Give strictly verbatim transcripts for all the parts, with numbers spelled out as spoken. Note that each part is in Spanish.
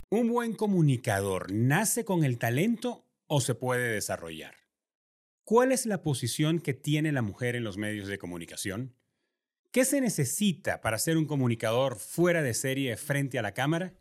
¿Un buen comunicador nace con el talento o se puede desarrollar? ¿Cuál es la posición que tiene la mujer en los medios de comunicación? ¿Qué se necesita para ser un comunicador fuera de serie frente a la cámara?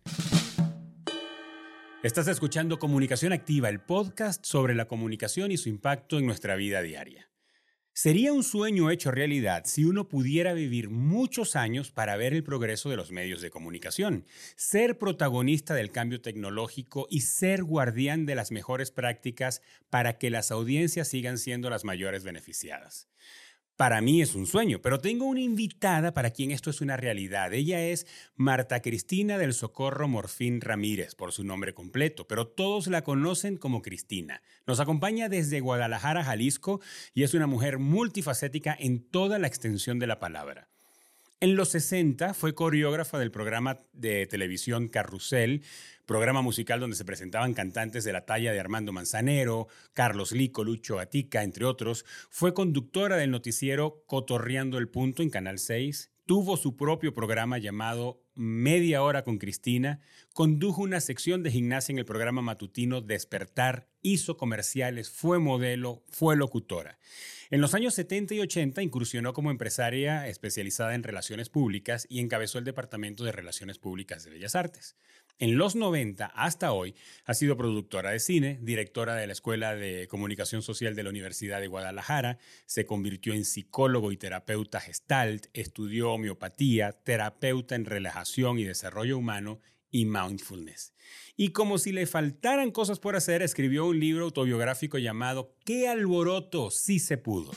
Estás escuchando Comunicación Activa, el podcast sobre la comunicación y su impacto en nuestra vida diaria. Sería un sueño hecho realidad si uno pudiera vivir muchos años para ver el progreso de los medios de comunicación, ser protagonista del cambio tecnológico y ser guardián de las mejores prácticas para que las audiencias sigan siendo las mayores beneficiadas. Para mí es un sueño, pero tengo una invitada para quien esto es una realidad. Ella es Marta Cristina del Socorro Morfín Ramírez, por su nombre completo, pero todos la conocen como Cristina. Nos acompaña desde Guadalajara, Jalisco, y es una mujer multifacética en toda la extensión de la palabra. En los sesenta fue coreógrafa del programa de televisión Carrusel, programa musical donde se presentaban cantantes de la talla de Armando Manzanero, Carlos Lico, Lucho Gatica, entre otros. Fue conductora del noticiero Cotorreando el Punto en Canal seis. Tuvo su propio programa llamado Media Hora con Cristina. Condujo una sección de gimnasia en el programa matutino Despertar. Hizo comerciales, fue modelo, fue locutora. En los años setenta y ochenta incursionó como empresaria especializada en relaciones públicas y encabezó el Departamento de Relaciones Públicas de Bellas Artes. En los noventa hasta hoy ha sido productora de cine, directora de la Escuela de Comunicación Social de la Universidad de Guadalajara, se convirtió en psicólogo y terapeuta gestalt, estudió homeopatía, terapeuta en relajación y desarrollo humano y mindfulness. Y como si le faltaran cosas por hacer, escribió un libro autobiográfico llamado ¿Qué alboroto? Sí se pudo.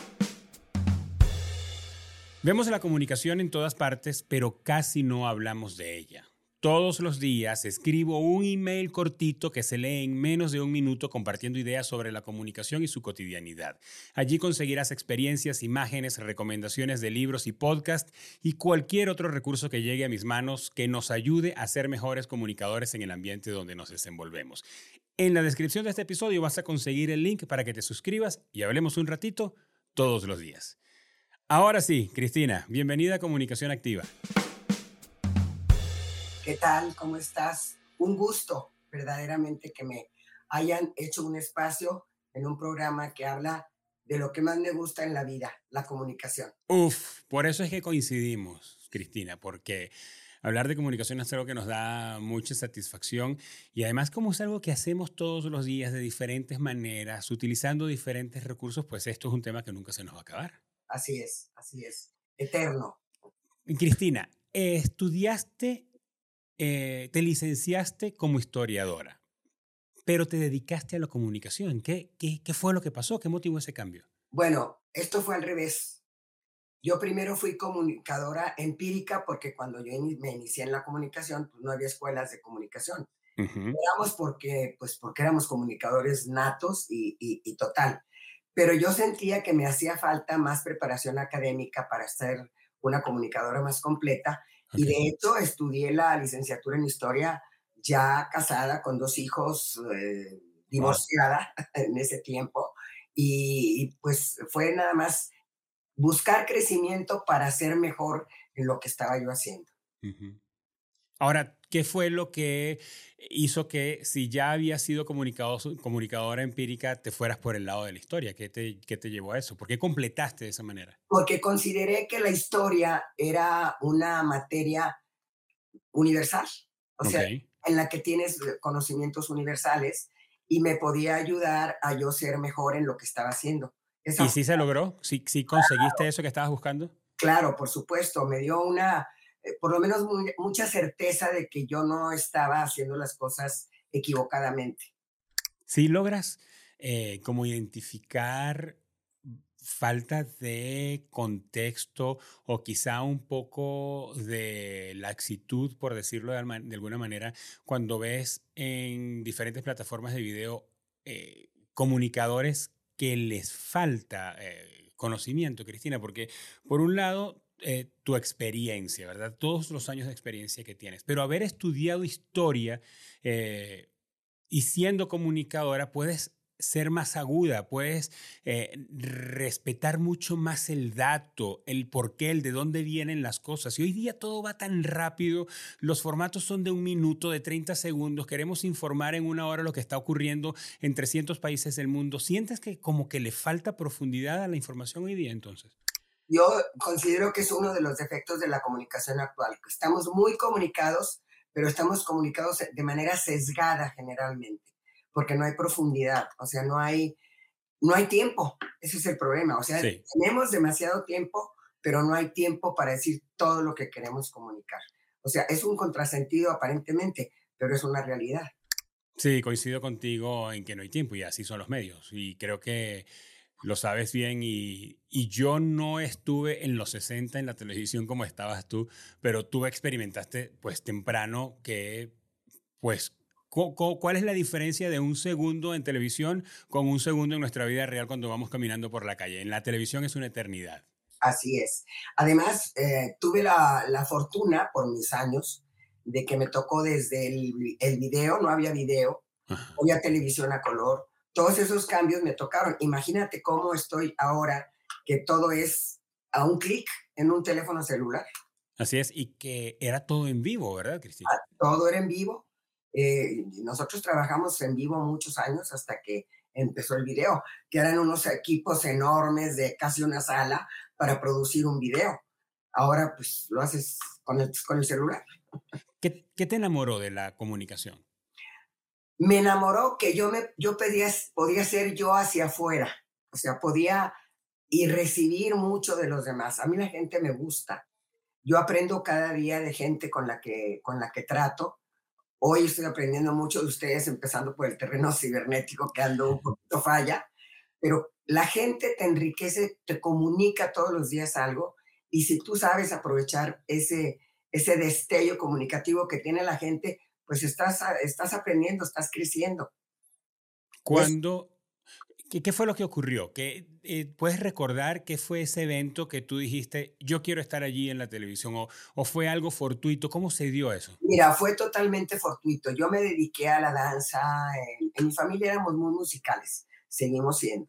Vemos la comunicación en todas partes, pero casi no hablamos de ella. Todos los días escribo un email cortito que se lee en menos de un minuto compartiendo ideas sobre la comunicación y su cotidianidad. Allí conseguirás experiencias, imágenes, recomendaciones de libros y podcasts y cualquier otro recurso que llegue a mis manos que nos ayude a ser mejores comunicadores en el ambiente donde nos desenvolvemos. En la descripción de este episodio vas a conseguir el link para que te suscribas y hablemos un ratito todos los días. Ahora sí, Cristina, bienvenida a Comunicación Activa. ¿Qué tal? ¿Cómo estás? Un gusto, verdaderamente, que me hayan hecho un espacio en un programa que habla de lo que más me gusta en la vida, la comunicación. Uf, por eso es que coincidimos, Cristina, porque hablar de comunicación es algo que nos da mucha satisfacción y además como es algo que hacemos todos los días de diferentes maneras, utilizando diferentes recursos, pues esto es un tema que nunca se nos va a acabar. Así es, así es. Eterno. Cristina, eh, estudiaste... Eh, te licenciaste como historiadora, pero te dedicaste a la comunicación. ¿Qué, qué, qué fue lo que pasó? ¿Qué motivó ese cambio? Bueno, esto fue al revés. Yo primero fui comunicadora empírica porque cuando yo in- me inicié en la comunicación, pues no había escuelas de comunicación. Uh-huh. Éramos porque, pues porque éramos comunicadores natos y, y, y total. Pero yo sentía que me hacía falta más preparación académica para ser una comunicadora más completa y Okay. de hecho estudié la licenciatura en historia ya casada con dos hijos, eh, Wow. divorciada en ese tiempo y, y pues fue nada más buscar crecimiento para ser mejor en lo que estaba yo haciendo. Uh-huh. Ahora, ¿qué fue lo que hizo que si ya habías sido comunicador, comunicadora empírica, te fueras por el lado de la historia? ¿Qué te, qué te llevó a eso? ¿Por qué completaste de esa manera? Porque consideré que la historia era una materia universal, o sea, Ok. en la que tienes conocimientos universales y me podía ayudar a yo ser mejor en lo que estaba haciendo. Esa ¿Y fue, sí se logró? ¿Sí, sí conseguiste eso que estabas buscando? claro, por supuesto, me dio una, eh, por lo menos mu- mucha certeza de que yo no estaba haciendo las cosas equivocadamente. Sí logras eh, como identificar falta de contexto o quizá un poco de laxitud, por decirlo de, alma- de alguna manera, cuando ves en diferentes plataformas de video eh, comunicadores que les falta eh, conocimiento, Cristina, porque por un lado, eh, tu experiencia, ¿verdad? Todos los años de experiencia que tienes, pero haber estudiado historia, eh, y siendo comunicadora, puedes ser más aguda, puedes eh, respetar mucho más el dato, el por qué, el de dónde vienen las cosas. Y hoy día todo va tan rápido, los formatos son de un minuto, de treinta segundos, queremos informar en una hora lo que está ocurriendo en trescientos países del mundo. ¿Sientes que como que le falta profundidad a la información hoy día entonces? Yo considero que es uno de los defectos de la comunicación actual, que estamos muy comunicados, pero estamos comunicados de manera sesgada generalmente, porque no hay profundidad, o sea, no hay, no hay tiempo, ese es el problema, o sea, Sí. tenemos demasiado tiempo, pero no hay tiempo para decir todo lo que queremos comunicar. O sea, es un contrasentido aparentemente, pero es una realidad. Sí, coincido contigo en que no hay tiempo y así son los medios. Y creo que lo sabes bien y, y yo no estuve en los sesenta en la televisión como estabas tú, pero tú experimentaste pues temprano que pues cu- cu- ¿cuál es la diferencia de un segundo en televisión con un segundo en nuestra vida real cuando vamos caminando por la calle? En la televisión es una eternidad. Así es. Además, eh, tuve la, la fortuna por mis años de que me tocó desde el, el video, no había video, Ajá. había televisión a color, todos esos cambios me tocaron. Imagínate cómo estoy ahora, que todo es a un clic en un teléfono celular. Así es, y que era todo en vivo, ¿verdad, Cristina? Todo era en vivo. Eh, nosotros trabajamos en vivo muchos años hasta que empezó el video, que eran unos equipos enormes de casi una sala para producir un video. Ahora pues lo haces con el, con el celular. ¿Qué, qué te enamoró de la comunicación? Me enamoró que yo, me, yo pedía, podía ser yo hacia afuera, o sea, podía y recibir mucho de los demás. A mí la gente me gusta. Yo aprendo cada día de gente con la que, con la que trato. Hoy estoy aprendiendo mucho de ustedes, empezando por el terreno cibernético, que ando un poquito falla, pero la gente te enriquece, te comunica todos los días algo, y si tú sabes aprovechar ese, ese destello comunicativo que tiene la gente, pues estás, estás aprendiendo, estás creciendo. Es, Cuando ¿Qué, qué fue lo que ocurrió? ¿Qué, eh, ¿Puedes recordar qué fue ese evento que tú dijiste, yo quiero estar allí en la televisión? ¿O, o fue algo fortuito? ¿Cómo se dio eso? Mira, fue totalmente fortuito. Yo me dediqué a la danza, en, en mi familia éramos muy musicales, seguimos siendo.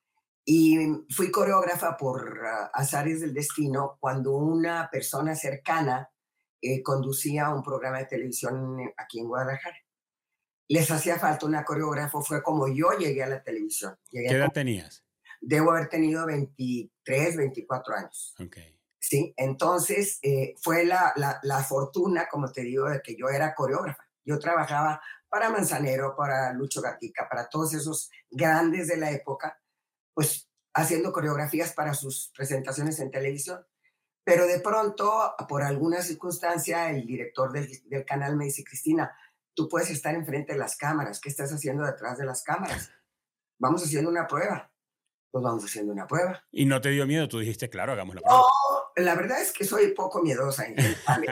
Y fui coreógrafa por uh, azares del destino cuando una persona cercana eh, conducía un programa de televisión aquí en Guadalajara. Les hacía falta una coreógrafa, fue como yo llegué a la televisión. ¿Qué Llegué edad como, tenías? debo haber tenido veintitrés, veinticuatro años. Ok. ¿Sí? Entonces eh, fue la, la, la fortuna, como te digo, de que yo era coreógrafa. Yo trabajaba para Manzanero, para Lucho Gatica, para todos esos grandes de la época, pues haciendo coreografías para sus presentaciones en televisión. Pero de pronto, por alguna circunstancia, el director del, del canal me dice, Cristina, tú puedes estar enfrente de las cámaras, ¿qué estás haciendo detrás de las cámaras? Vamos haciendo una prueba. Pues vamos haciendo una prueba. ¿Y no te dio miedo? Tú dijiste, claro, hagamos la No, prueba. la verdad es que soy poco miedosa en general.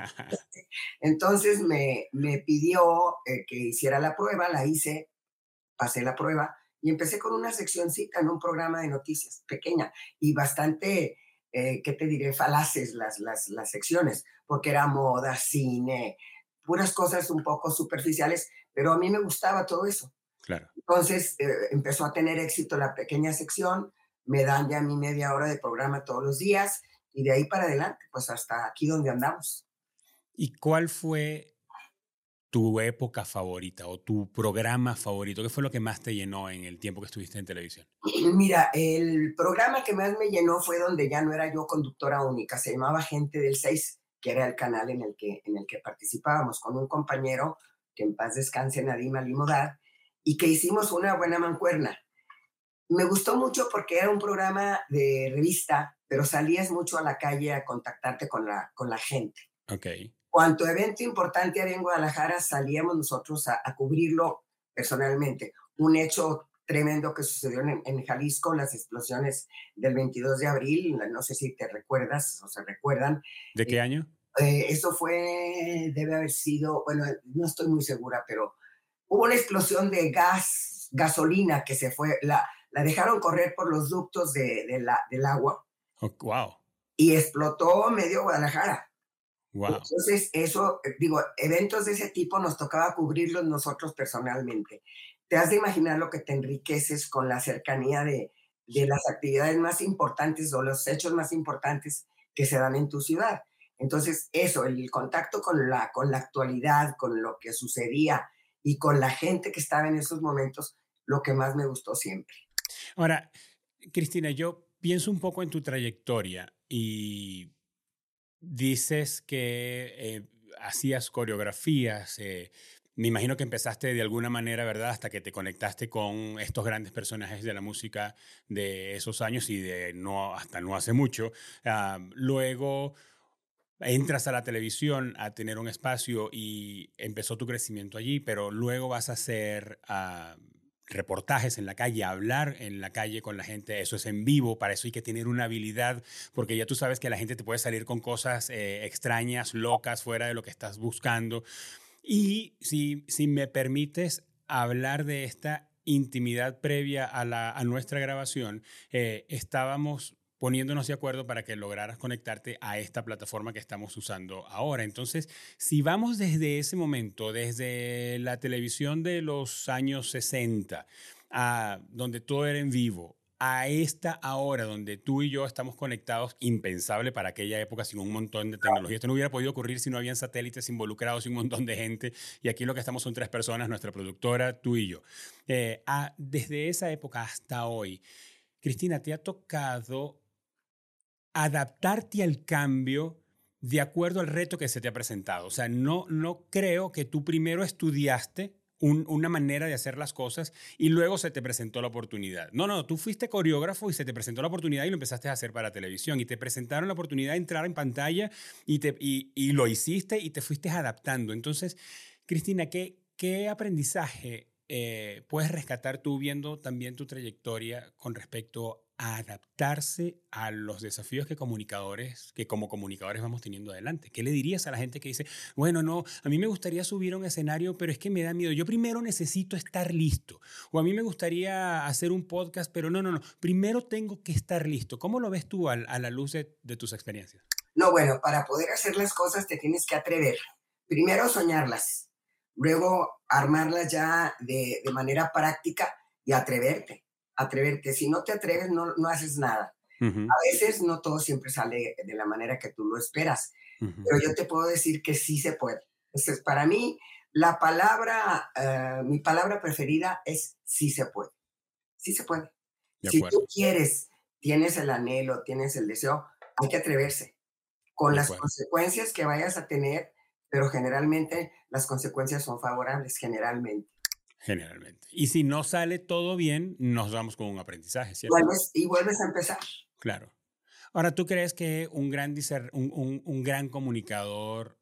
Entonces me, me pidió eh, que hiciera la prueba, la hice, pasé la prueba y empecé con una seccioncita en un programa de noticias pequeña y bastante, eh, ¿qué te diré? Falaces las, las, las secciones, porque era moda, cine, puras cosas un poco superficiales, pero a mí me gustaba todo eso. Claro. Entonces eh, empezó a tener éxito la pequeña sección, me dan ya mi media hora de programa todos los días y de ahí para adelante, pues hasta aquí donde andamos. ¿Y cuál fue tu época favorita o tu programa favorito? ¿Qué fue lo que más te llenó en el tiempo que estuviste en televisión? Mira, el programa que más me llenó fue donde ya no era yo conductora única, se llamaba Gente del Seis, que era el canal en el que, en el que participábamos con un compañero, que en paz descanse, Nadim Alimodad, y que hicimos una buena mancuerna. Me gustó mucho porque era un programa de revista, pero salías mucho a la calle a contactarte con la, con la gente. Ok. Cuanto evento importante había en Guadalajara, salíamos nosotros a, a cubrirlo personalmente. Un hecho tremendo que sucedió en, en Jalisco, las explosiones del veintidós de abril, no sé si te recuerdas o se recuerdan. ¿De Eh, qué año? eh, eso fue, debe haber sido, bueno, no estoy muy segura, pero hubo una explosión de gas, gasolina que se fue, la, la dejaron correr por los ductos de, de la, del agua Oh, wow. y explotó medio Guadalajara. Wow. Entonces, eso, eh, digo, eventos de ese tipo nos tocaba cubrirlos nosotros personalmente. te has de imaginar lo que te enriqueces con la cercanía de, de Sí. las actividades más importantes o los hechos más importantes que se dan en tu ciudad. Entonces, eso, el contacto con la, con la actualidad, con lo que sucedía y con la gente que estaba en esos momentos, lo que más me gustó siempre. Ahora, Cristina, yo pienso un poco en tu trayectoria y dices que eh, hacías coreografías. Eh, me imagino que empezaste de alguna manera, ¿verdad? Hasta que te conectaste con estos grandes personajes de la música de esos años y de no hasta no hace mucho. Ah, luego entras a la televisión a tener un espacio y empezó tu crecimiento allí, pero luego vas a hacer ah, reportajes en la calle, a hablar en la calle con la gente. Eso es en vivo, para eso hay que tener una habilidad, porque ya tú sabes que la gente te puede salir con cosas eh, extrañas, locas, fuera de lo que estás buscando. Y si, si me permites hablar de esta intimidad previa a, la, a nuestra grabación, eh, estábamos poniéndonos de acuerdo para que lograras conectarte a esta plataforma que estamos usando ahora. Entonces, si vamos desde ese momento, desde la televisión de los años sesenta, a donde todo era en vivo, a esta ahora donde tú y yo estamos conectados, impensable para aquella época sin un montón de tecnología. Esto no hubiera podido ocurrir si no habían satélites involucrados y un montón de gente. Y aquí lo que estamos son tres personas, nuestra productora, tú y yo. Eh, a, desde esa época hasta hoy, Cristina, ¿te ha tocado adaptarte al cambio de acuerdo al reto que se te ha presentado? O sea, no, no creo que tú primero estudiaste un, una manera de hacer las cosas y luego se te presentó la oportunidad. No, no, tú fuiste coreógrafo y se te presentó la oportunidad y lo empezaste a hacer para televisión y te presentaron la oportunidad de entrar en pantalla y, te, y, y lo hiciste y te fuiste adaptando. Entonces, Cristina, ¿qué, qué aprendizaje eh, puedes rescatar tú viendo también tu trayectoria con respecto a adaptarse a los desafíos que comunicadores, que como comunicadores vamos teniendo adelante? ¿Qué le dirías a la gente que dice, bueno, no, a mí me gustaría subir a un escenario, pero es que me da miedo, yo primero necesito estar listo, o a mí me gustaría hacer un podcast, pero no, no, no, primero tengo que estar listo? ¿Cómo lo ves tú a, a la luz de, de tus experiencias? No, bueno, para poder hacer las cosas te tienes que atrever. Primero soñarlas, luego armarlas ya de, de manera práctica y atreverte, atreverte. Si no te atreves, no, no haces nada. Ujú, A veces no todo siempre sale de la manera que tú lo esperas, ujú. pero yo te puedo decir que sí se puede. Entonces, para mí, la palabra, eh, mi palabra preferida es sí se puede, sí se puede. De Si tú acuerdo, quieres, tienes el anhelo, tienes el deseo, hay que atreverse con de las acuerdo. consecuencias que vayas a tener, pero generalmente las consecuencias son favorables, generalmente. Generalmente. Y si no sale todo bien, nos vamos con un aprendizaje, ¿cierto? Vuelves y vuelves a empezar. Claro. Ahora, ¿tú crees que un gran, diser- un, un- un gran comunicador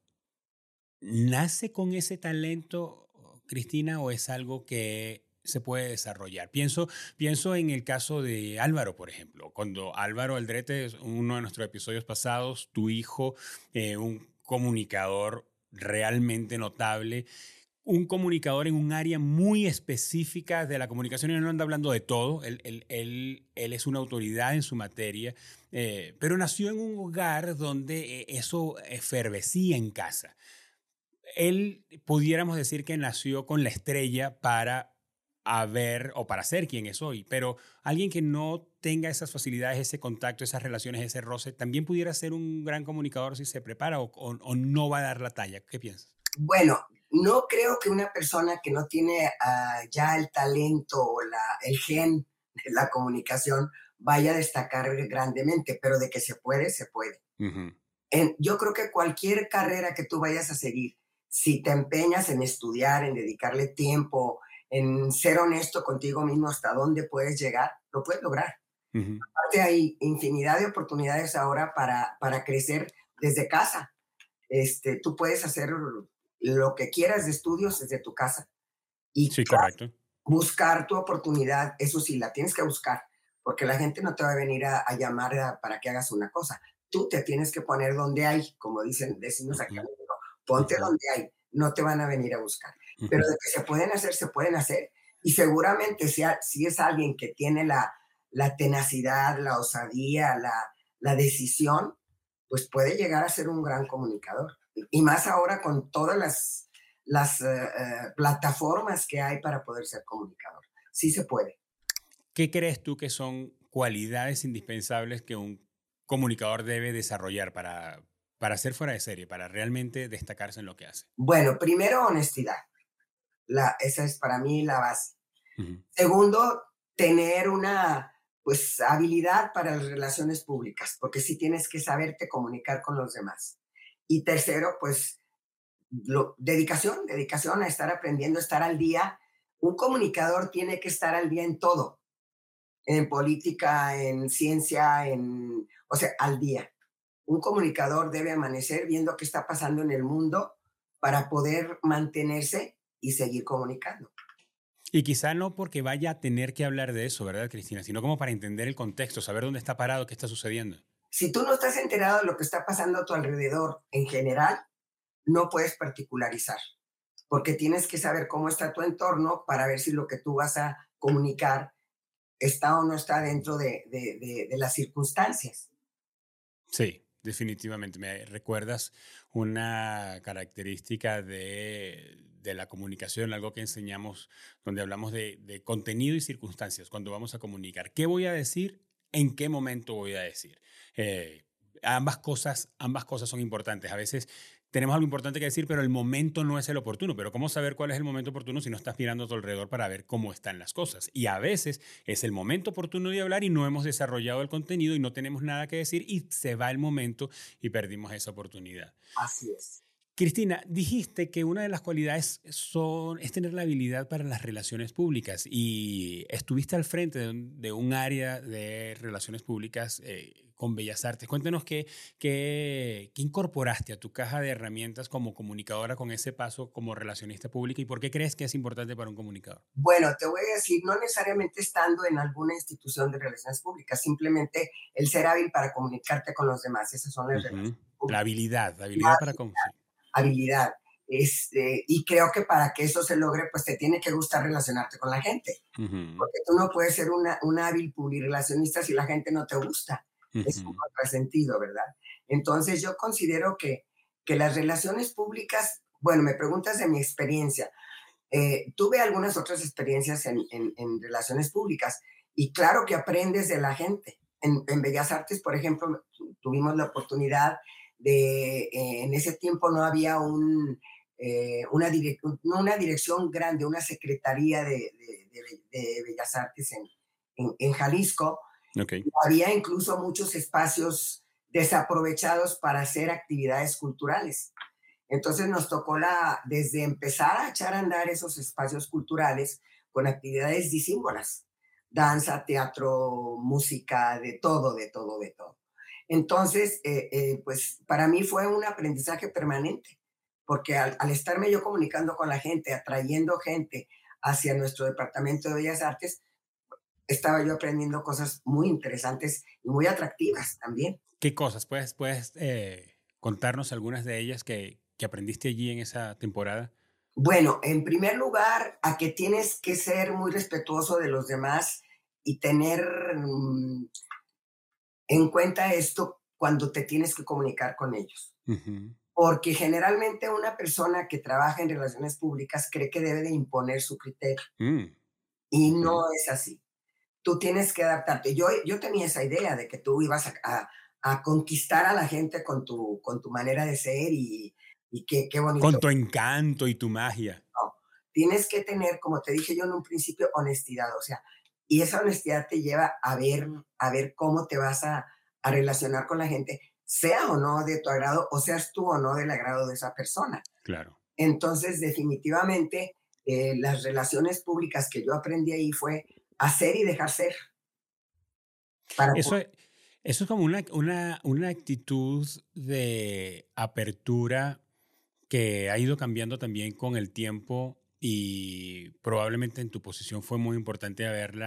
nace con ese talento, Cristina, o es algo que se puede desarrollar? Pienso, pienso en el caso de Álvaro, por ejemplo. Cuando Álvaro Aldrete, es uno de nuestros episodios pasados, tu hijo, eh, un comunicador realmente notable, un comunicador en un área muy específica de la comunicación, y no anda hablando de todo, él, él, él, él es una autoridad en su materia, eh, pero nació en un hogar donde eh, eso efervescía en casa. Él, pudiéramos decir que nació con la estrella para haber o para ser quien es hoy, pero alguien que no tenga esas facilidades, ese contacto, esas relaciones, ese roce, también pudiera ser un gran comunicador si se prepara o, o, o no va a dar la talla. ¿Qué piensas? Bueno, no creo que una persona que no tiene ah, ya el talento o la, el gen de la comunicación vaya a destacar grandemente, pero de que se puede, se puede. Ujú. En- yo creo que cualquier carrera que tú vayas a seguir, si te empeñas en estudiar, en dedicarle tiempo, en ser honesto contigo mismo hasta dónde puedes llegar, lo puedes lograr. Ujú. Aparte hay infinidad de oportunidades ahora para, para crecer desde casa. Este, tú puedes hacer lo que quieras de estudios desde tu casa y Sí, correcto. buscar tu oportunidad, eso sí, la tienes que buscar, porque la gente no te va a venir a, a llamar a- para que hagas una cosa. Tú te tienes que poner donde hay, como dicen, decimos acá, Ujú, en México, ponte ujú, donde hay, no te van a venir a buscar. Pero ujú. de que se pueden hacer, se pueden hacer. Y seguramente si, a- si es alguien que tiene la, la tenacidad, la osadía, la, la decisión, pues puede llegar a ser un gran comunicador. Y más ahora con todas las las eh, eh, plataformas que hay para poder ser comunicador. Sí se puede. ¿Qué crees tú que son cualidades indispensables que un comunicador debe desarrollar para, para ser fuera de serie, para realmente destacarse en lo que hace? Bueno, primero, honestidad. La, esa es para mí la base. Ujú. Segundo, tener una pues habilidad para las relaciones públicas, porque sí tienes que saberte comunicar con los demás. Y tercero, pues lo, dedicación, dedicación a estar aprendiendo, estar al día. Un comunicador tiene que estar al día en todo, en política, en ciencia, en, o sea, al día. Un comunicador debe amanecer viendo qué está pasando en el mundo para poder mantenerse y seguir comunicando. Y quizá no porque vaya a tener que hablar de eso, ¿verdad, Cristina? Sino como para entender el contexto, saber dónde está parado, qué está sucediendo. Si tú no estás enterado de lo que está pasando a tu alrededor en general, no puedes particularizar, porque tienes que saber cómo está tu entorno para ver si lo que tú vas a comunicar está o no está dentro de, de, de, de las circunstancias. Sí, definitivamente. Me recuerdas una característica de, de la comunicación, algo que enseñamos, donde hablamos de, de contenido y circunstancias, cuando vamos a comunicar. ¿Qué voy a decir? ¿En qué momento voy a decir? Eh, ambas cosas, ambas cosas son importantes. A veces tenemos algo importante que decir, pero el momento no es el oportuno. Pero ¿cómo saber cuál es el momento oportuno si no estás mirando a tu alrededor para ver cómo están las cosas? Y a veces es el momento oportuno de hablar y no hemos desarrollado el contenido y no tenemos nada que decir y se va el momento y perdimos esa oportunidad. Así es. Cristina, dijiste que una de las cualidades son, es tener la habilidad para las relaciones públicas y estuviste al frente de un, de un área de relaciones públicas eh, con Bellas Artes. Cuéntanos qué, qué, qué incorporaste a tu caja de herramientas como comunicadora con ese paso como relacionista pública y por qué crees que es importante para un comunicador. Bueno, te voy a decir, no necesariamente estando en alguna institución de relaciones públicas, simplemente el ser hábil para comunicarte con los demás. Esas son las Ujú. relaciones La públicas. habilidad, la La habilidad para... con- sí. habilidad. Este, y creo que para que eso se logre, pues te tiene que gustar relacionarte con la gente. Ujú, Porque tú no puedes ser una, un hábil publirelacionista si la gente no te gusta. Es un ujú. contrasentido, ¿verdad? Entonces yo considero que, que las relaciones públicas, bueno, me preguntas de mi experiencia. Eh, tuve algunas otras experiencias en, en, en, relaciones públicas y claro que aprendes de la gente. En, en Bellas Artes, por ejemplo, tuvimos la oportunidad de, eh, en ese tiempo no había un, eh, una, direc no una dirección grande, una secretaría de, de, de, de Bellas Artes en, en, en Jalisco. Ok. Había incluso muchos espacios desaprovechados para hacer actividades culturales. Entonces nos tocó la, desde empezar a echar a andar esos espacios culturales con actividades disímbolas, danza, teatro, música, de todo, de todo, de todo. Entonces, eh, eh, pues para mí fue un aprendizaje permanente, porque al, al estarme yo comunicando con la gente, atrayendo gente hacia nuestro departamento de Bellas Artes, estaba yo aprendiendo cosas muy interesantes y muy atractivas también. ¿Qué cosas? ¿Puedes, puedes eh, contarnos algunas de ellas que, que aprendiste allí en esa temporada? Bueno, en primer lugar, a que tienes que ser muy respetuoso de los demás y tener mm, en cuenta esto cuando te tienes que comunicar con ellos. Ujú. Porque generalmente una persona que trabaja en relaciones públicas cree que debe de imponer su criterio Mm, y ujú. no es así. Tú tienes que adaptarte. Yo, yo tenía esa idea de que tú ibas a, a, a conquistar a la gente con tu, con tu manera de ser y, y qué, qué Con bonito. tu encanto y tu magia. No, tienes que tener, como te dije yo en un principio, honestidad, o sea, y esa honestidad te lleva a ver, a ver cómo te vas a, a relacionar con la gente, sea o no de tu agrado, o seas tú o no del agrado de esa persona. Claro. Entonces, definitivamente, eh, las relaciones públicas que yo aprendí ahí fue hacer y dejar ser. Para Eso es, eso es como una, una, una actitud de apertura que ha ido cambiando también con el tiempo y probablemente en tu posición fue muy importante haberla,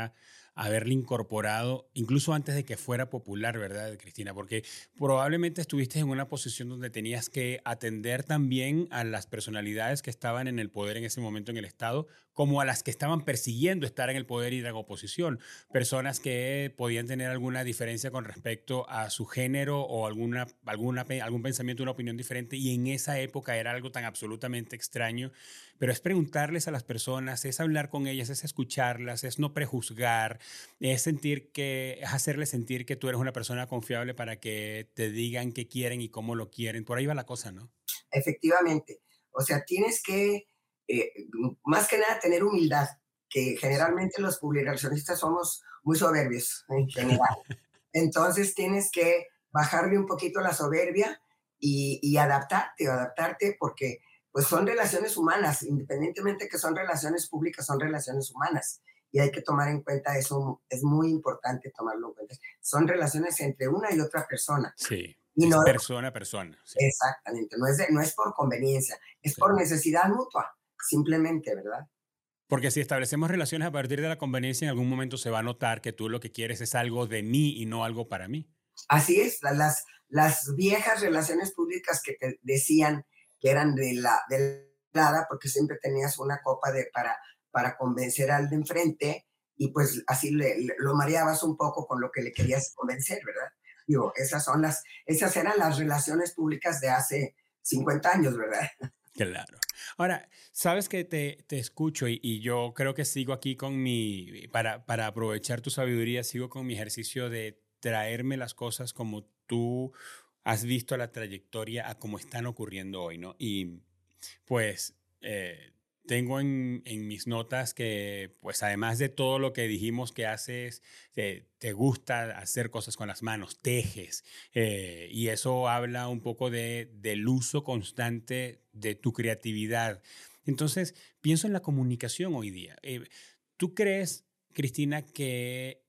haberle incorporado, incluso antes de que fuera popular, ¿verdad, Cristina? Porque probablemente estuviste en una posición donde tenías que atender también a las personalidades que estaban en el poder en ese momento en el Estado, como a las que estaban persiguiendo estar en el poder y en oposición. Personas que podían tener alguna diferencia con respecto a su género o alguna, alguna, algún pensamiento, una opinión diferente, y en esa época era algo tan absolutamente extraño. Pero es preguntarles a las personas, es hablar con ellas, es escucharlas, es no prejuzgar, es sentir que, es hacerles sentir que tú eres una persona confiable para que te digan qué quieren y cómo lo quieren. Por ahí va la cosa, ¿no? Efectivamente. O sea, tienes que, eh, más que nada, tener humildad, que Sí. generalmente los publicacionistas somos muy soberbios en general. Entonces tienes que bajarle un poquito la soberbia y, y adaptarte, adaptarte porque pues son relaciones humanas, independientemente que son relaciones públicas, son relaciones humanas. Y hay que tomar en cuenta eso, es muy importante tomarlo en cuenta. Son relaciones entre una y otra persona. Sí, Y es no, persona a persona, sí. exactamente, no es, de, no es por conveniencia, es Sí. por necesidad mutua, simplemente, ¿verdad? Porque si establecemos relaciones a partir de la conveniencia, en algún momento se va a notar que tú lo que quieres es algo de mí y no algo para mí. Así es, la- las, las viejas relaciones públicas que te decían que eran de la de nada, porque siempre tenías una copa de, para, para convencer al de enfrente y pues así le, le- lo mareabas un poco con lo que le querías convencer, ¿verdad? Digo, esas son las, esas eran las relaciones públicas de hace cincuenta años, ¿verdad? Claro. Ahora, sabes que te, te escucho y, y yo creo que sigo aquí con mi, para, para aprovechar tu sabiduría, sigo con mi ejercicio de traerme las cosas como tú has visto la trayectoria a cómo están ocurriendo hoy, ¿no? Y pues eh, tengo en, en mis notas que, pues además de todo lo que dijimos que haces, te, te gusta hacer cosas con las manos, tejes, eh, y eso habla un poco de, del uso constante de tu creatividad. Entonces, pienso en la comunicación hoy día. Eh, ¿Tú crees, Cristina, que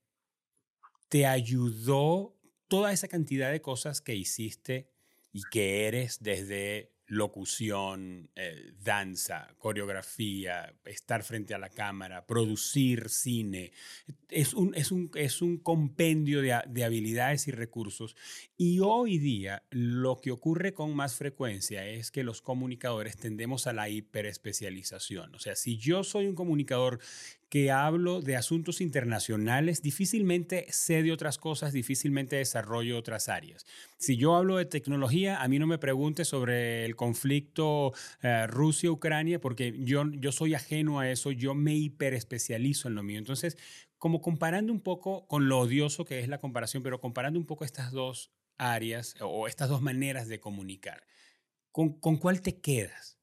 te ayudó toda esa cantidad de cosas que hiciste y que eres desde locución, eh, danza, coreografía, estar frente a la cámara, producir cine? Es un, es un, es un compendio de, ha- de habilidades y recursos. Y hoy día lo que ocurre con más frecuencia es que los comunicadores tendemos a la hiperespecialización. O sea, si yo soy un comunicador que hablo de asuntos internacionales, difícilmente sé de otras cosas, difícilmente desarrollo otras áreas. Si yo hablo de tecnología, a mí no me pregunte sobre el conflicto eh, Rusia-Ucrania, porque yo, yo soy ajeno a eso, yo me hiperespecializo en lo mío. Entonces, como comparando un poco con lo odioso que es la comparación, pero comparando un poco estas dos áreas o estas dos maneras de comunicar, ¿con, con cuál te quedas?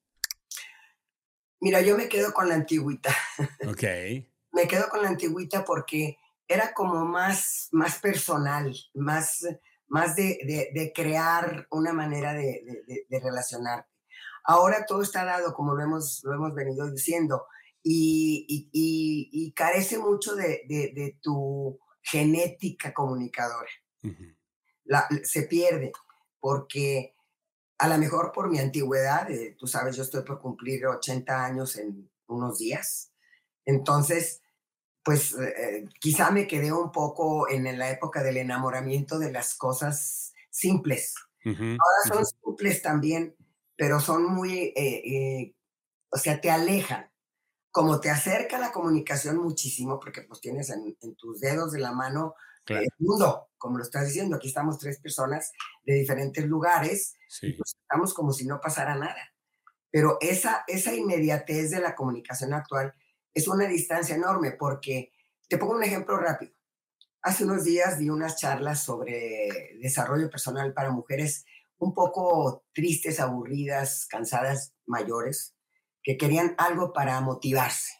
Mira, yo me quedo con la antigüita. Ok, Me quedo con la antigüita porque era como más, más personal, más, más de, de, de crear una manera de, de, de, de relacionarte. Ahora todo está dado, como lo hemos, lo hemos venido diciendo, y, y, y, y carece mucho de, de, de tu genética comunicadora. ujú, La, se pierde porque a lo mejor por mi antigüedad, eh, tú sabes, yo estoy por cumplir ochenta años en unos días. Entonces, pues eh, quizá me quedé un poco en la época del enamoramiento de las cosas simples. ujú, Ahora ujú. son simples también, pero son muy, eh, eh, o sea, te alejan. Como te acerca la comunicación muchísimo, porque pues tienes en, en tus dedos de la mano eh, el Claro, mundo, como lo estás diciendo. Aquí estamos tres personas de diferentes lugares y sí. pues estamos como si no pasara nada. Pero esa, esa inmediatez de la comunicación actual es una distancia enorme porque, te pongo un ejemplo rápido. Hace unos días di unas charlas sobre desarrollo personal para mujeres un poco tristes, aburridas, cansadas, mayores, que querían algo para motivarse.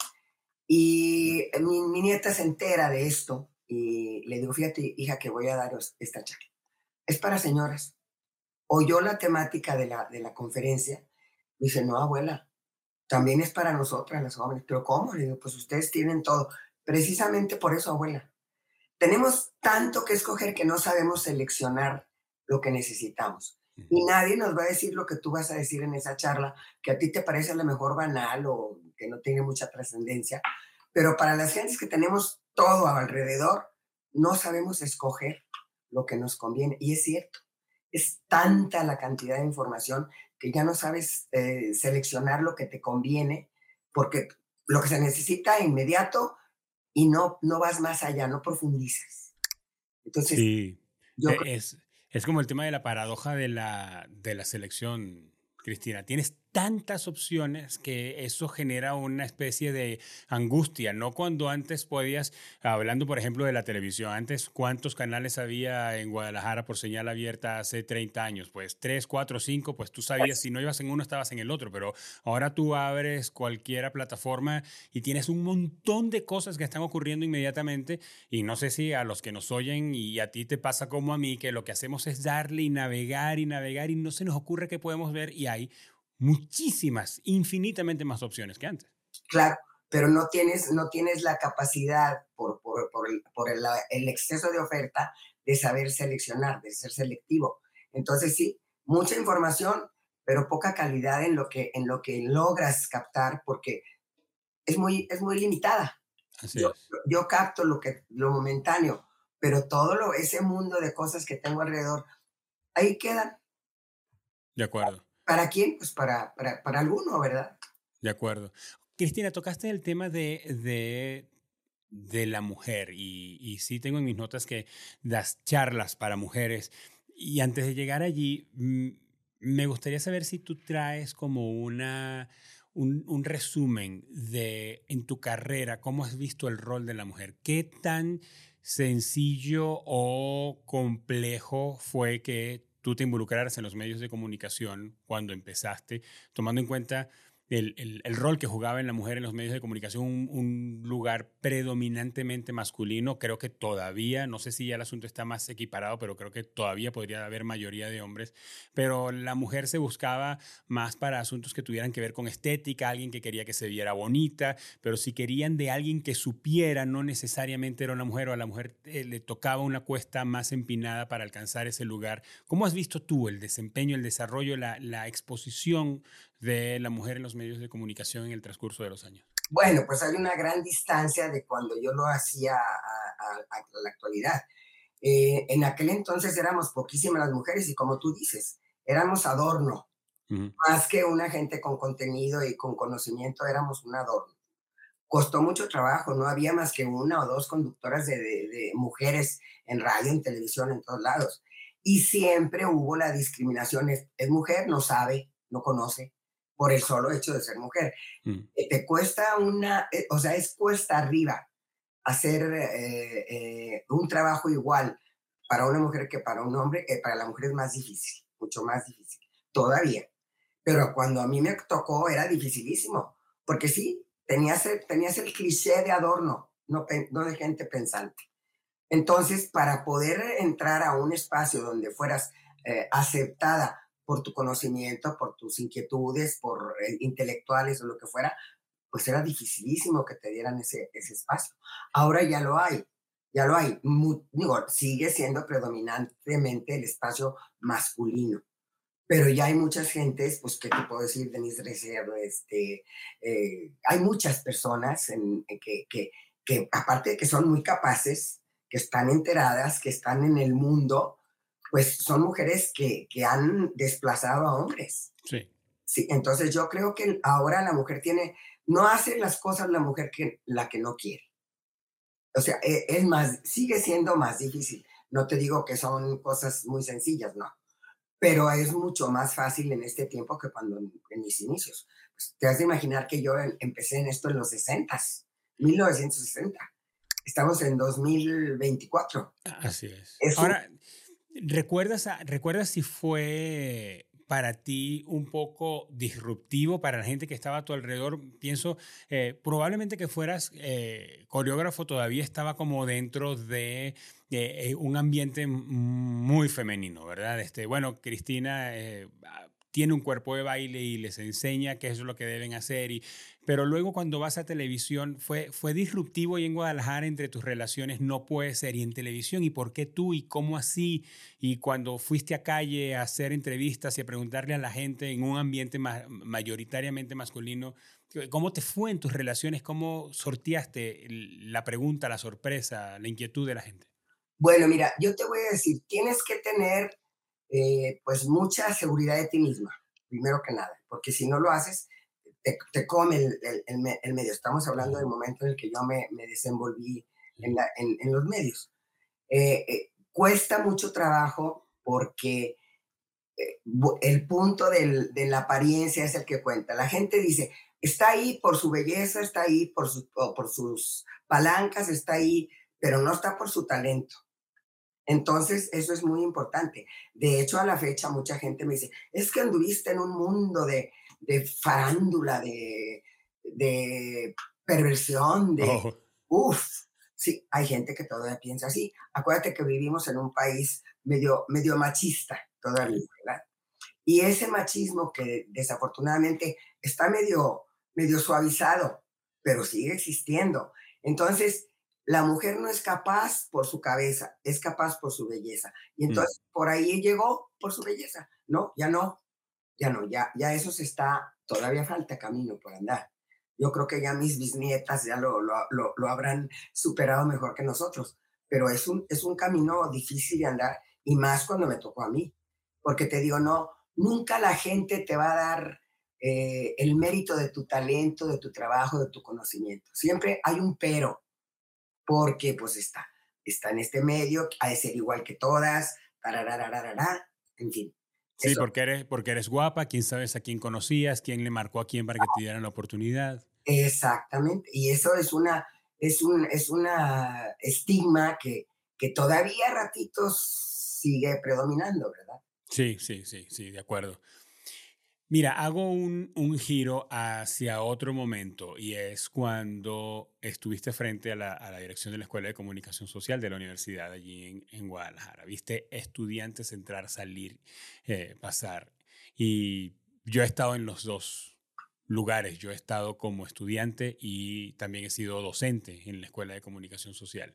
Y mi, mi nieta se entera de esto y le digo, fíjate, hija, que voy a daros esta charla. Es para señoras. Oyó la temática de la, de la conferencia. Dice, no, abuela, también es para nosotras las jóvenes. ¿Pero cómo? Le digo, pues ustedes tienen todo. Precisamente por eso, abuela. Tenemos tanto que escoger que no sabemos seleccionar lo que necesitamos. Ujú. Y nadie nos va a decir lo que tú vas a decir en esa charla, que a ti te parece a lo mejor banal o que no tiene mucha trascendencia. Pero para las gentes que tenemos todo alrededor, no sabemos escoger lo que nos conviene. Y es cierto, es tanta la cantidad de información que ya no sabes eh, seleccionar lo que te conviene, porque lo que se necesita inmediato y no, no vas más allá, no profundizas. Entonces, Sí, yo creo, e- es, es como el tema de la paradoja de la, de la selección, Cristina. Tienes tantas opciones que eso genera una especie de angustia, ¿no? Cuando antes podías, hablando por ejemplo de la televisión, antes cuántos canales había en Guadalajara por señal abierta hace treinta años, pues tres, cuatro, cinco, pues tú sabías si no ibas en uno estabas en el otro, pero ahora tú abres cualquier plataforma y tienes un montón de cosas que están ocurriendo inmediatamente y no sé si a los que nos oyen y a ti te pasa como a mí, que lo que hacemos es darle y navegar y navegar y no se nos ocurre qué podemos ver y hay muchísimas, infinitamente más opciones que antes. claro, pero no tienes, no tienes la capacidad por, por, por el, por el, el exceso de oferta de saber seleccionar, de ser selectivo. Entonces sí, mucha información, pero poca calidad en lo que, en lo que logras captar, porque es muy, es muy limitada. Así Yo, es. yo capto lo, que, lo momentáneo, pero todo lo, ese mundo de cosas que tengo alrededor, ahí quedan. De acuerdo, ¿Para quién? Pues para, para, para alguno, ¿verdad? de acuerdo. Cristina, tocaste el tema de, de, de la mujer y, y sí tengo en mis notas que las charlas para mujeres y antes de llegar allí, mm, me gustaría saber si tú traes como una, un, un resumen de en tu carrera, cómo has visto el rol de la mujer, qué tan sencillo o complejo fue que tú te involucraras en los medios de comunicación cuando empezaste, tomando en cuenta el, el, el, rol que jugaba en la mujer en los medios de comunicación, un, un, lugar predominantemente masculino. Creo que todavía, no sé si ya el asunto está más equiparado, pero creo que todavía podría haber mayoría de hombres. Pero la mujer se buscaba más para asuntos que tuvieran que ver con estética, alguien que quería que se viera bonita, pero si querían de alguien que supiera, no necesariamente era una mujer o a la mujer eh, le tocaba una cuesta más empinada para alcanzar ese lugar. ¿Cómo has visto tú el desempeño, el desarrollo, la, la exposición de la mujer en los medios de comunicación en el transcurso de los años? Bueno, pues hay una gran distancia de cuando yo lo hacía a, a, a la actualidad. Eh, en aquel entonces éramos poquísimas las mujeres y como tú dices, éramos adorno, Uh-huh. más que una gente con contenido y con conocimiento, éramos un adorno. Costó mucho trabajo, no había más que una o dos conductoras de, de, de mujeres en radio, en televisión, en todos lados. Y siempre hubo la discriminación, es, es mujer, no sabe, no conoce, por el solo hecho de ser mujer. Uh-huh. Eh, te cuesta una, eh, o sea, es cuesta arriba hacer eh, eh, un trabajo igual para una mujer que para un hombre, eh, para la mujer es más difícil, mucho más difícil, todavía. Pero cuando a mí me tocó era dificilísimo, porque sí, tenías el, tenías el cliché de adorno, no, no de gente pensante. Entonces, para poder entrar a un espacio donde fueras eh, aceptada por tu conocimiento, por tus inquietudes, por eh, intelectuales o lo que fuera, pues era dificilísimo que te dieran ese, ese espacio. Ahora ya lo hay, ya lo hay. Muy, digo, sigue siendo predominantemente el espacio masculino, pero ya hay muchas gentes, pues, ¿qué te puedo decir? Denise Dresser, este, eh, hay muchas personas en, en que, que, que, aparte de que son muy capaces, que están enteradas, que están en el mundo, pues son mujeres que, que han desplazado a hombres. Sí. Sí, entonces yo creo que ahora la mujer tiene, no hace las cosas la mujer que la que no quiere. O sea, e- es más, sigue siendo más difícil. No te digo que son cosas muy sencillas, no, pero es mucho más fácil en este tiempo que cuando en, en mis inicios. Pues, te has de imaginar que yo en- empecé en esto en los sesentas, mil novecientos sesenta. Estamos en dos mil veinticuatro. Así es. Es un, Ahora, ¿recuerdas, a- ¿recuerdas si fue para ti un poco disruptivo para la gente que estaba a tu alrededor? Pienso, eh, probablemente que fueras eh, coreógrafo, todavía estaba como dentro de eh, eh, un ambiente muy femenino, ¿verdad? Este, bueno, Cristina eh, tiene un cuerpo de baile y les enseña qué es lo que deben hacer y pero luego cuando vas a televisión, ¿fue, fue disruptivo y en Guadalajara entre tus relaciones? No puede ser. Y en televisión, ¿y por qué tú? ¿Y cómo así? Y cuando fuiste a calle a hacer entrevistas y a preguntarle a la gente en un ambiente ma mayoritariamente masculino, ¿Cómo te fue en tus relaciones? ¿Cómo sorteaste la pregunta, la sorpresa, la inquietud de la gente? Bueno, mira, yo te voy a decir, tienes que tener eh, pues mucha seguridad de ti misma, primero que nada, porque si no lo haces, te, te come el, el, el, me- el medio. Estamos hablando del Ajá. momento en el que yo me, me desenvolví en, la, en, en los medios. Eh, eh, cuesta mucho trabajo porque eh, bu- el punto del- de la apariencia es el que cuenta. La gente dice, está ahí por su belleza, está ahí por, su- o por sus palancas, está ahí, pero no está por su talento. Entonces, eso es muy importante. De hecho, a la fecha, mucha gente me dice, es que anduviste en un mundo de, de farándula, de, de perversión, de, Oh, uff, sí, hay gente que todavía piensa así. Acuérdate que vivimos en un país medio, medio machista todavía, sí. ¿verdad? Y ese machismo que desafortunadamente está medio, medio suavizado, pero sigue existiendo. Entonces, la mujer no es capaz por su cabeza, es capaz por su belleza. Y Mm. entonces, por ahí llegó por su belleza. No, ya no, ya no, ya, ya eso se está, todavía falta camino por andar. Yo creo que ya mis bisnietas ya lo, lo, lo, lo habrán superado mejor que nosotros, pero es un, es un camino difícil de andar y más cuando me tocó a mí, porque te digo, no, nunca la gente te va a dar eh, el mérito de tu talento, de tu trabajo, de tu conocimiento. Siempre hay un pero, porque pues está, está en este medio, ha de ser igual que todas, tarararararara, en fin, Sí, eso. porque eres, porque eres guapa, quién sabes a quién conocías, quién le marcó a quién para que te dieran la oportunidad. Exactamente, y eso es una es un es una estigma que que todavía a ratitos sigue predominando, ¿verdad? Sí, sí, sí, sí, de acuerdo. Mira, hago un, un giro hacia otro momento y es cuando estuviste frente a la, a la dirección de la Escuela de Comunicación Social de la universidad allí en, en Guadalajara. Viste estudiantes entrar, salir, eh, pasar. Y yo he estado en los dos lugares. Yo he estado como estudiante y también he sido docente en la Escuela de Comunicación Social.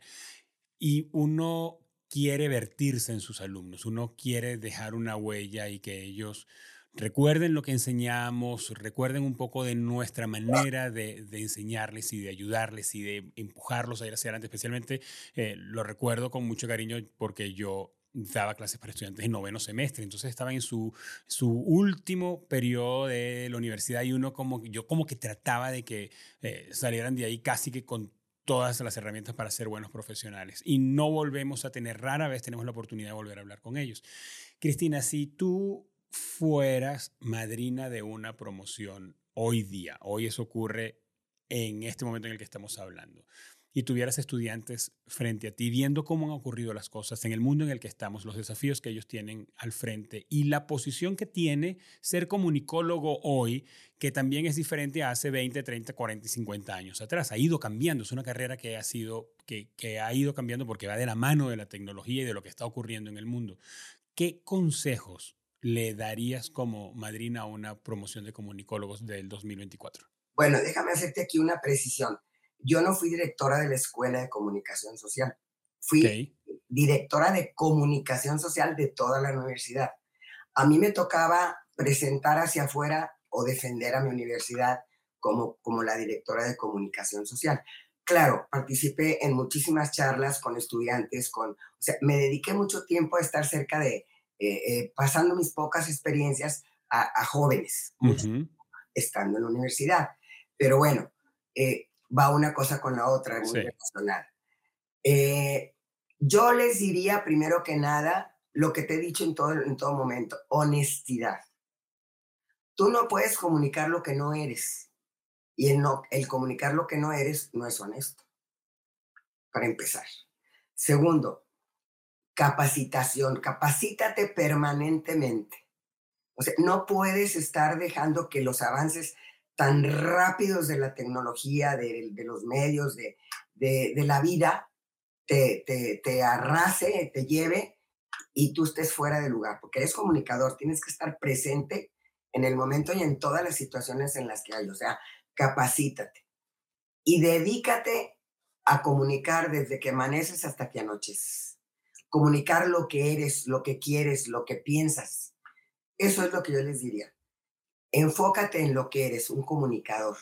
Y uno quiere vertirse en sus alumnos, uno quiere dejar una huella y que ellos recuerden lo que enseñamos, recuerden un poco de nuestra manera de, de enseñarles y de ayudarles y de empujarlos a ir hacia adelante. Especialmente eh, lo recuerdo con mucho cariño porque yo daba clases para estudiantes de noveno semestre, entonces estaban en su, su último periodo de la universidad y uno como, yo como que trataba de que eh, salieran de ahí casi que con todas las herramientas para ser buenos profesionales. Y no volvemos a tener, rara vez tenemos la oportunidad de volver a hablar con ellos. Cristina, si tú fueras madrina de una promoción hoy día, hoy eso ocurre en este momento en el que estamos hablando, y tuvieras estudiantes frente a ti viendo cómo han ocurrido las cosas en el mundo en el que estamos, los desafíos que ellos tienen al frente y la posición que tiene ser comunicólogo hoy, que también es diferente a hace veinte, treinta, cuarenta y cincuenta años atrás. Ha ido cambiando, es una carrera que ha, sido, que, que ha ido cambiando porque va de la mano de la tecnología y de lo que está ocurriendo en el mundo. ¿Qué consejos le darías como madrina a una promoción de comunicólogos del dos mil veinticuatro? Bueno, déjame hacerte aquí una precisión. Yo no fui directora de la Escuela de Comunicación Social, Ok. fui directora de comunicación social de toda la universidad. A mí me tocaba presentar hacia afuera o defender a mi universidad como, como la directora de comunicación social. Claro, participé en muchísimas charlas con estudiantes, con, o sea, me dediqué mucho tiempo a estar cerca de, eh, eh, pasando mis pocas experiencias a, a jóvenes, mucho Ujú. estando en la universidad. Pero bueno, eh, va una cosa con la otra, es muy Sí. relacionada. Eh, yo les diría primero que nada lo que te he dicho en todo, en todo momento, honestidad. Tú no puedes comunicar lo que no eres y el, no, el comunicar lo que no eres no es honesto, para empezar. Segundo, capacitación, capacítate permanentemente. O sea, no puedes estar dejando que los avances tan rápidos de la tecnología, de, de los medios, de, de, de la vida, te, te, te arrase, te lleve y tú estés fuera de lugar, porque eres comunicador, tienes que estar presente en el momento y en todas las situaciones en las que hay. O sea, capacítate y dedícate a comunicar desde que amaneces hasta que anocheces. Comunicar lo que eres, lo que quieres, lo que piensas. Eso es lo que yo les diría. Enfócate en lo que eres, un comunicador.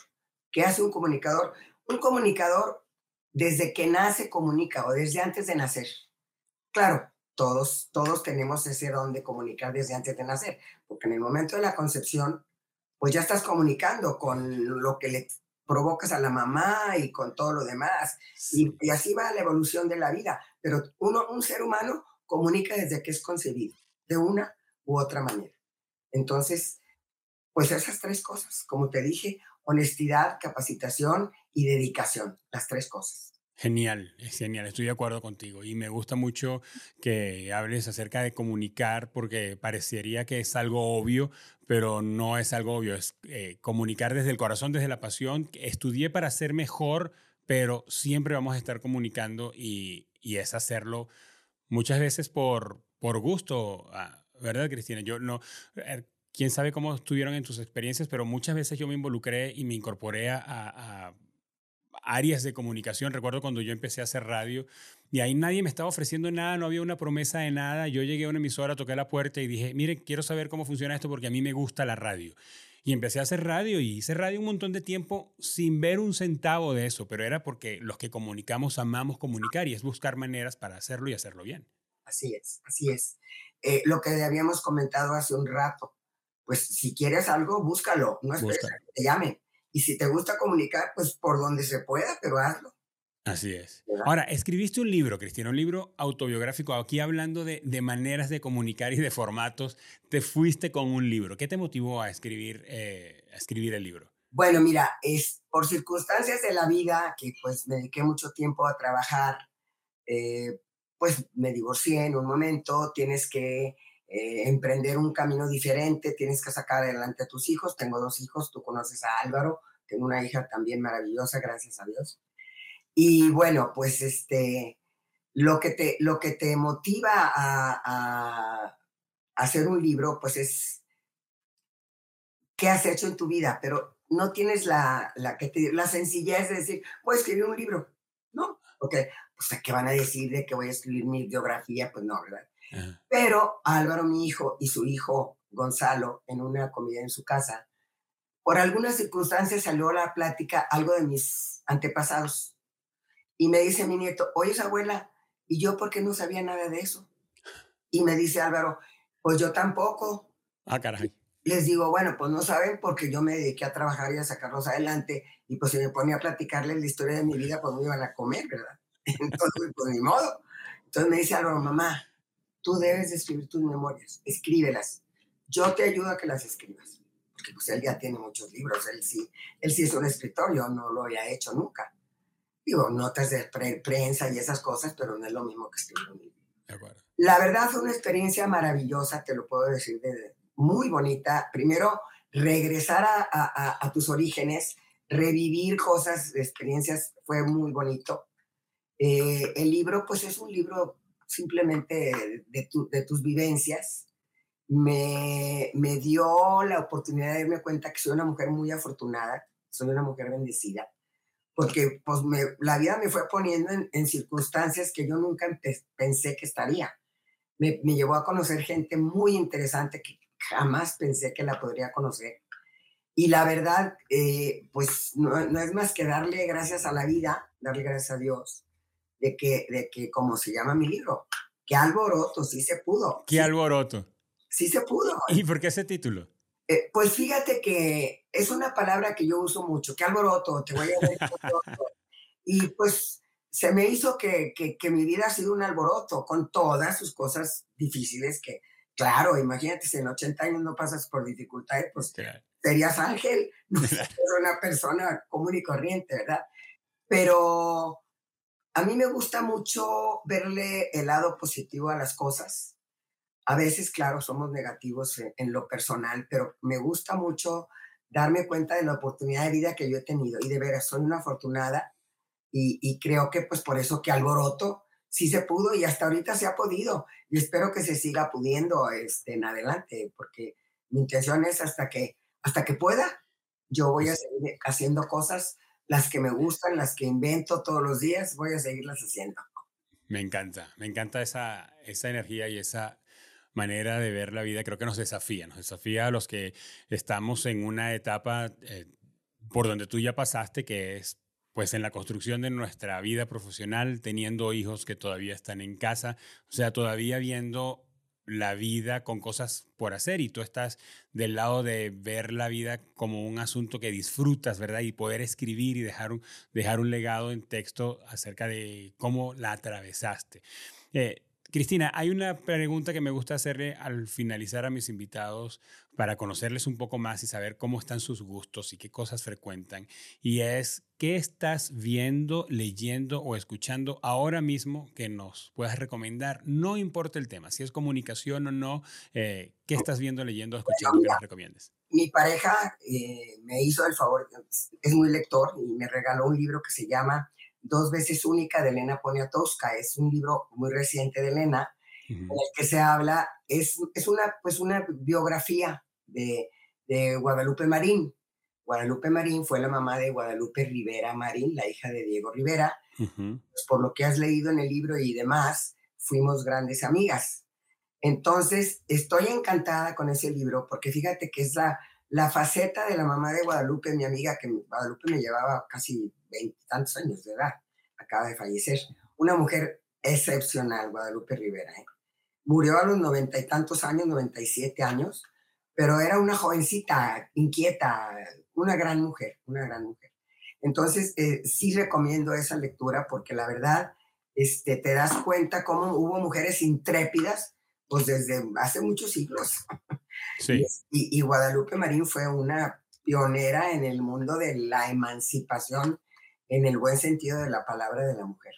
¿Qué hace un comunicador? Un comunicador desde que nace comunica o desde antes de nacer. Claro, todos, todos tenemos ese don de comunicar desde antes de nacer, porque en el momento de la concepción, pues ya estás comunicando con lo que le provocas a la mamá y con todo lo demás. Y, Sí. y así va la evolución de la vida. Pero uno, un ser humano comunica desde que es concebido, de una u otra manera. Entonces, pues esas tres cosas, como te dije, honestidad, capacitación y dedicación, las tres cosas. Genial, es genial, estoy de acuerdo contigo y me gusta mucho que hables acerca de comunicar porque parecería que es algo obvio, pero no es algo obvio, es eh, comunicar desde el corazón, desde la pasión. Estudié para ser mejor, pero siempre vamos a estar comunicando y, y es hacerlo muchas veces por, por gusto, ah, ¿verdad, Cristina? Yo no, eh, quién sabe cómo estuvieron en tus experiencias, pero muchas veces yo me involucré y me incorporé a, a- a áreas de comunicación. Recuerdo cuando yo empecé a hacer radio y ahí nadie me estaba ofreciendo nada, no había una promesa de nada. Yo llegué a una emisora, toqué la puerta y dije, miren, quiero saber cómo funciona esto porque a mí me gusta la radio. Y empecé a hacer radio y hice radio un montón de tiempo sin ver un centavo de eso, pero era porque los que comunicamos amamos comunicar y es buscar maneras para hacerlo y hacerlo bien. Así es, así es. Eh, lo que habíamos comentado hace un rato, pues si quieres algo, búscalo, no esperes Buscar. a que te llamen. Y si te gusta comunicar, pues por donde se pueda, pero hazlo, Así es. ¿verdad? Ahora, escribiste un libro, Cristina, un libro autobiográfico. Aquí hablando de, de maneras de comunicar y de formatos, te fuiste con un libro. ¿Qué te motivó a escribir, eh, a escribir el libro? Bueno, mira, es por circunstancias de la vida que pues me dediqué mucho tiempo a trabajar, eh, pues me divorcié en un momento, tienes que eh, emprender un camino diferente, tienes que sacar adelante a tus hijos. Tengo dos hijos, tú conoces a Álvaro, tengo una hija también maravillosa, gracias a Dios. Y bueno, pues este, lo que te, lo que te motiva a, a hacer un libro, pues es qué has hecho en tu vida, pero no tienes la, la, que te, la sencillez de decir, voy a escribir un libro. No, porque, pues, ¿qué van a decir de que voy a escribir mi biografía? Pues no, ¿verdad? Ajá. Pero Álvaro, mi hijo, y su hijo Gonzalo, en una comida en su casa, por algunas circunstancias salió a la plática algo de mis antepasados. Y me dice mi nieto, oye, abuela, ¿y yo por qué no sabía nada de eso? Y me dice Álvaro, pues yo tampoco. Ah, caray. Les digo, bueno, pues no saben porque yo me dediqué a trabajar y a sacarlos adelante y pues si me ponía a platicarles la historia de mi vida, pues me iban a comer, ¿verdad? Entonces, pues ni modo. Entonces me dice Álvaro, mamá, tú debes de escribir tus memorias, escríbelas. Yo te ayudo a que las escribas. Porque pues él ya tiene muchos libros, él sí, él sí es un escritor, yo no lo había hecho nunca. Digo, notas de pre prensa y esas cosas, pero no es lo mismo que escribir un libro. De acuerdo. La verdad fue una experiencia maravillosa, te lo puedo decir, de, muy bonita. Primero, regresar a, a, a, tus orígenes, revivir cosas, experiencias, fue muy bonito. Eh, el libro, pues es un libro simplemente de, tu, de tus vivencias. Me, me dio la oportunidad de darme cuenta que soy una mujer muy afortunada, soy una mujer bendecida, porque pues me, la vida me fue poniendo en, en circunstancias que yo nunca pensé que estaría. Me, me llevó a conocer gente muy interesante que jamás pensé que la podría conocer. Y la verdad, eh, pues no, no, es más que darle gracias a la vida, darle gracias a Dios, de que, de que como se llama mi libro, que alboroto, sí se pudo, ¡Qué sí, alboroto! sí se pudo. ¿Y, y por qué ese título? Eh, pues fíjate que es una palabra que yo uso mucho, que alboroto, te voy a ver. Y pues se me hizo que, que, que, mi vida ha sido un alboroto con todas sus cosas difíciles que, claro, imagínate, si en ochenta años no pasas por dificultades, pues Claro. serías ángel, no serías una persona común y corriente, ¿verdad? Pero a mí me gusta mucho verle el lado positivo a las cosas. A veces, claro, somos negativos en, en lo personal, pero me gusta mucho darme cuenta de la oportunidad de vida que yo he tenido y de veras, soy una afortunada. Y, y creo que pues por eso que alboroto sí se pudo y hasta ahorita se ha podido y espero que se siga pudiendo este, en adelante porque mi intención es hasta que, hasta que pueda, yo voy a Pues, seguir haciendo cosas, las que me gustan, las que invento todos los días, voy a seguirlas haciendo. me encanta, me encanta esa, esa energía y esa manera de ver la vida. Creo que nos desafía, nos desafía a los que estamos en una etapa eh, por donde tú ya pasaste, que es pues en la construcción de nuestra vida profesional, teniendo hijos que todavía están en casa, o sea, todavía viendo la vida con cosas por hacer, y tú estás del lado de ver la vida como un asunto que disfrutas, ¿verdad? Y poder escribir y dejar un, dejar un legado en texto acerca de cómo la atravesaste. Eh, Cristina, hay una pregunta que me gusta hacerle al finalizar a mis invitados para conocerles un poco más y saber cómo están sus gustos y qué cosas frecuentan. Y es, ¿qué estás viendo, leyendo o escuchando ahora mismo que nos puedas recomendar? No importa el tema, si es comunicación o no, eh, ¿qué estás viendo, leyendo o Bueno, escuchando que mira, nos recomiendes? mi pareja eh, me hizo el favor, es muy lector y me regaló un libro que se llama Dos veces única de Elena Poniatowska. Es un libro muy reciente de Elena en Ujú. el que se habla, es, es una, pues una biografía de, de Guadalupe Marín. Guadalupe Marín fue la mamá de Guadalupe Rivera Marín, la hija de Diego Rivera. Ujú. Pues por lo que has leído en el libro y demás, fuimos grandes amigas. Entonces, estoy encantada con ese libro porque fíjate que es la, la faceta de la mamá de Guadalupe, mi amiga, que Guadalupe me llevaba casi veintitantos años de edad, acaba de fallecer. Una mujer excepcional, Guadalupe Rivera. ¿eh? Murió a los noventa y tantos años, noventa y siete años, pero era una jovencita, inquieta, una gran mujer, una gran mujer. Entonces, eh, sí recomiendo esa lectura porque la verdad, este, te das cuenta cómo hubo mujeres intrépidas, pues desde hace muchos siglos. Y, Sí. y, y Guadalupe Marín fue una pionera en el mundo de la emancipación en el buen sentido de la palabra de la mujer.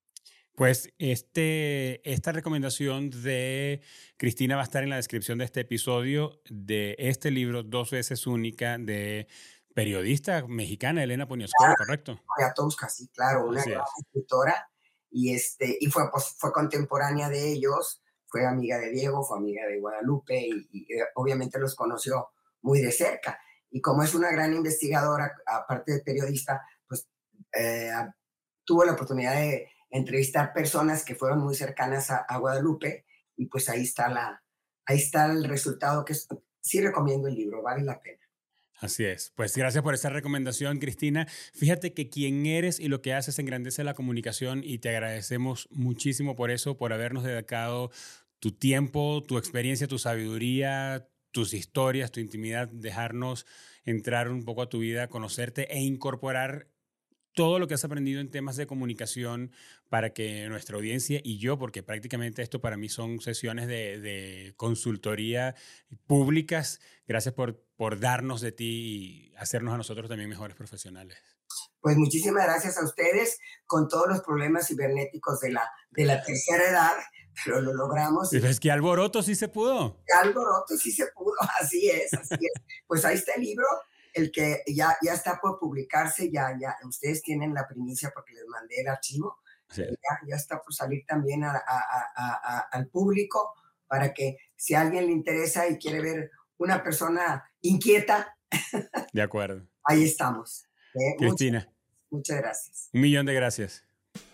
Pues este, esta recomendación de Cristina va a estar en la descripción de este episodio de este libro, Dos veces única, de periodista mexicana Elena Poniatowska, ¿correcto? Poniatowska, sí, claro, una Así gran es. escritora y, este, y fue, pues, fue contemporánea de ellos, fue amiga de Diego, fue amiga de Guadalupe y, y eh, obviamente los conoció muy de cerca. Y como es una gran investigadora, aparte de periodista, pues eh, tuvo la oportunidad de entrevistar personas que fueron muy cercanas a, a Guadalupe y pues ahí está, la, ahí está el resultado que es, sí recomiendo el libro, vale la pena. Así es. Pues gracias por esta recomendación, Cristina. Fíjate que quien eres y lo que haces engrandece la comunicación, y te agradecemos muchísimo por eso, por habernos dedicado tu tiempo, tu experiencia, tu sabiduría, tus historias, tu intimidad, dejarnos entrar un poco a tu vida, conocerte e incorporar todo lo que has aprendido en temas de comunicación para que nuestra audiencia y yo, porque prácticamente esto para mí son sesiones de, de consultoría públicas, gracias por, por darnos de ti y hacernos a nosotros también mejores profesionales. Pues muchísimas gracias a ustedes con todos los problemas cibernéticos de la, de la tercera edad, pero lo logramos y Es que alboroto sí se pudo. alboroto sí se pudo, así es, así es. Pues ahí está el libro, el que ya, ya está por publicarse, ya, ya, ustedes tienen la primicia porque les mandé el archivo, Así pero es. ya, ya está por salir también a, a, a, a, al público para que si a alguien le interesa y quiere ver una persona inquieta, De acuerdo. ahí estamos. ¿eh? Muchas, Cristina, muchas gracias. un millón de gracias.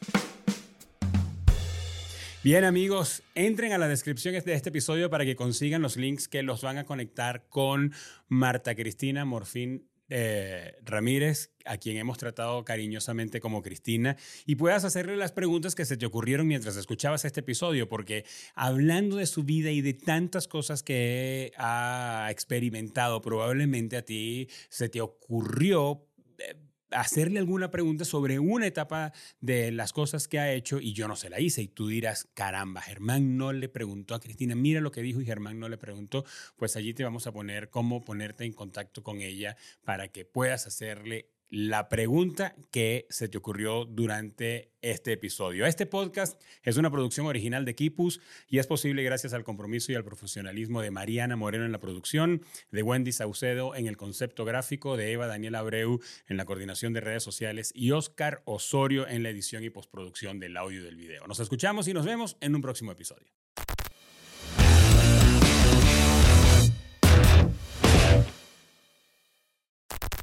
Bien, amigos, entren a la descripción de este episodio para que consigan los links que los van a conectar con Marta Cristina Morfín eh, Ramírez, a quien hemos tratado cariñosamente como Cristina, y puedas hacerle las preguntas que se te ocurrieron mientras escuchabas este episodio, porque hablando de su vida y de tantas cosas que ha experimentado, probablemente a ti se te ocurrió eh, hacerle alguna pregunta sobre una etapa de las cosas que ha hecho y yo no se la hice. Y tú dirás, caramba, Germán no le preguntó a Cristina, mira lo que dijo y Germán no le preguntó. Pues allí te vamos a poner cómo ponerte en contacto con ella para que puedas hacerle la pregunta que se te ocurrió durante este episodio. Este podcast es una producción original de Kipus y es posible gracias al compromiso y al profesionalismo de Mariana Moreno en la producción, de Wendy Saucedo en el concepto gráfico, de Eva Daniela Abreu en la coordinación de redes sociales y Oscar Osorio en la edición y postproducción del audio y del video. Nos escuchamos y nos vemos en un próximo episodio.